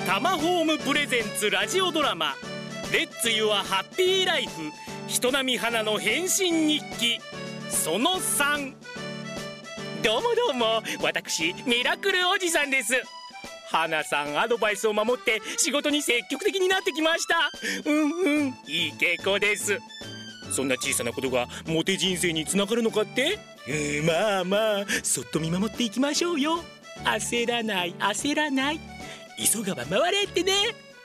タマホームプレゼンツラジオドラマレッツユアハッピーライフ人並花の変身日記その3。どうも私ミラクルおじさんです。花さんアドバイスを守って仕事に積極的になってきました。いい傾向です。そんな小さなことがモテ人生につながるのかって、まあそっと見守っていきましょうよ。焦らない急がば回れってね。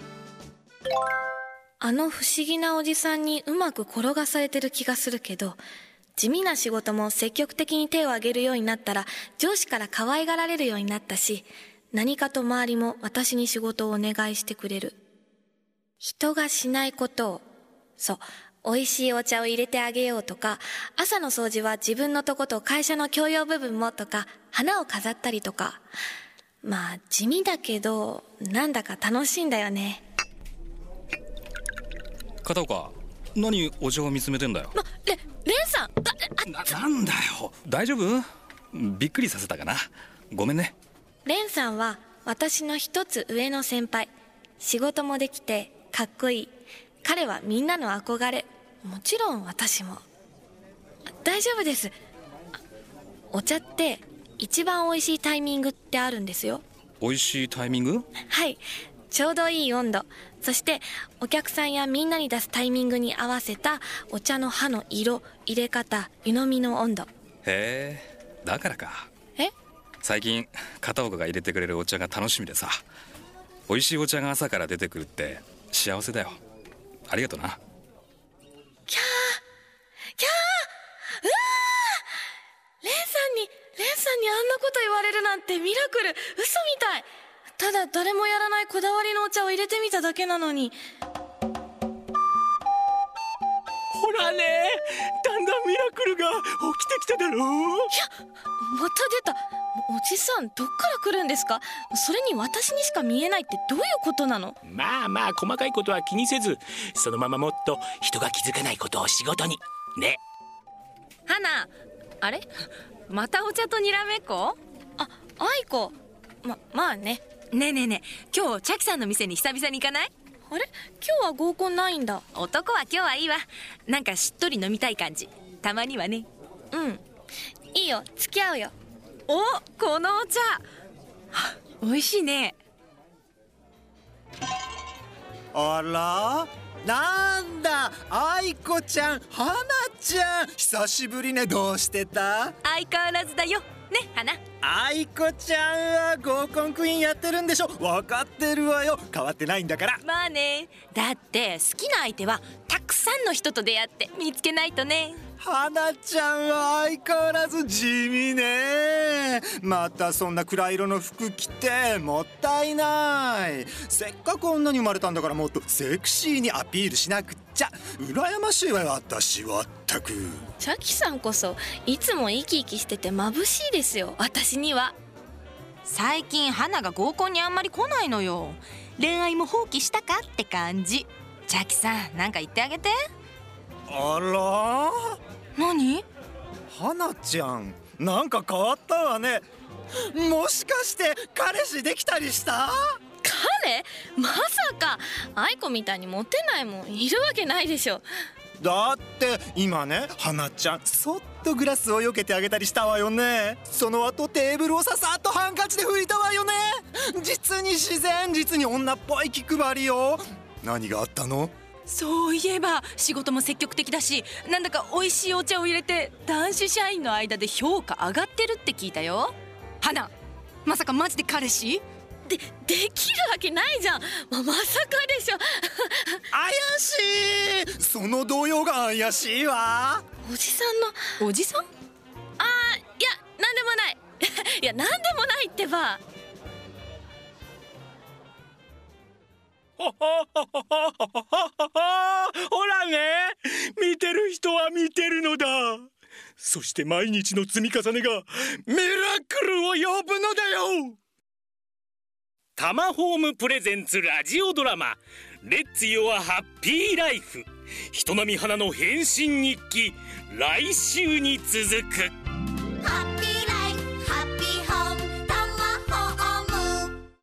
あの不思議なおじさんにうまく転がされてる気がするけど、地味な仕事も積極的に手を挙げるようになったら上司から可愛がられるようになったし、何かと周りも私に仕事をお願いしてくれる。人がしないことを、そう、美味しいお茶を入れてあげようとか、朝の掃除は自分のとこと会社の共用部分もとか、花を飾ったりとか。まあ地味だけどなんだか楽しいんだよね。 片岡、何お茶を見つめてんだよ。 レンさんなんだよ、大丈夫？びっくりさせたかな。ごめんね。 レンさんは私の一つ上の先輩。仕事もできてかっこいい。彼はみんなの憧れ。もちろん私も。大丈夫です。お茶って一番美味しいタイミングってあるんですよ。 美味しいタイミング？ はい、ちょうどいい温度、そしてお客さんやみんなに出すタイミングに合わせたお茶の葉の色、入れ方、湯飲みの温度。 へえ、だからか。最近片岡が入れてくれるお茶が楽しみでさ。美味しいお茶が朝から出てくるって幸せだよ。ありがとな。 キャーレンさんにあんなこと言われるなんてミラクル。嘘みたい。ただ誰もやらないこだわりのお茶を入れてみただけなのに。 ほらね、だんだんミラクルが起きてきただろう。いや、 また出た。おじさんどっから来るんですか？それに私にしか見えないってどういうことなの？ まあ細かいことは気にせず、そのままもっと人が気づかないことを仕事にね。 花、あれ？またお茶とにらめっこ？ 愛子。まあね。 ねえ今日チャキさんの店に久々に行かない？ あれ？今日は合コンないんだ。 男は今日はいいわ。なんかしっとり飲みたい感じ。たまにはね。 いいよ、付き合うよ。 お、このお茶美味しいね。 あら？なんだ、愛子ちゃん、花ちゃん、久しぶりね。どうしてた？ 相変わらずだよね、花。 愛子ちゃんは合コンクイーンやってるんでしょ。分かってるわよ。変わってないんだから。 まあね、だって好きな相手はたくさんの人と出会って見つけないとね。 花ちゃんは相変わらず地味ね。またそんな暗色の服着てもったいない。せっかく女に生まれたんだから、もっとセクシーにアピールしなくっちゃ。羨ましいわよ、私はったく。 チャキさんこそいつも生き生きしてて眩しいですよ、私には。 最近花が合コンにあんまり来ないのよ。恋愛も放棄したかって感じ。チャキさん、なんか言ってあげて。 あら？ 何？ 花ちゃん、なんか変わったわね。もしかして彼氏できたりした？ 彼？まさか。愛子みたいにモテないもんいるわけないでしょ。 だって今ね、花ちゃんそっとグラスを避けてあげたりしたわよね。その後テーブルをささっとハンカチで拭いたわよね。実に自然、実に女っぽい気配りよ。何があったの？ そういえば仕事も積極的だし、なんだか美味しいお茶を入れて男子社員の間で評価上がってるって聞いたよ。花、まさかマジで彼氏？ できるわけないじゃん。まさかでしょ。 怪しい。その動揺が怪しいわ。 おじさんの。 おじさん？ いや、なんでもない。いや、なんでもないってば。 ほらね、見てる人は見てるのだ。そして毎日の積み重ねがミラクルを呼ぶのだよ。タマホームプレゼンツラジオドラマレッツヨアハッピーライフ人並み花の変身日記、来週に続く。 ハッピー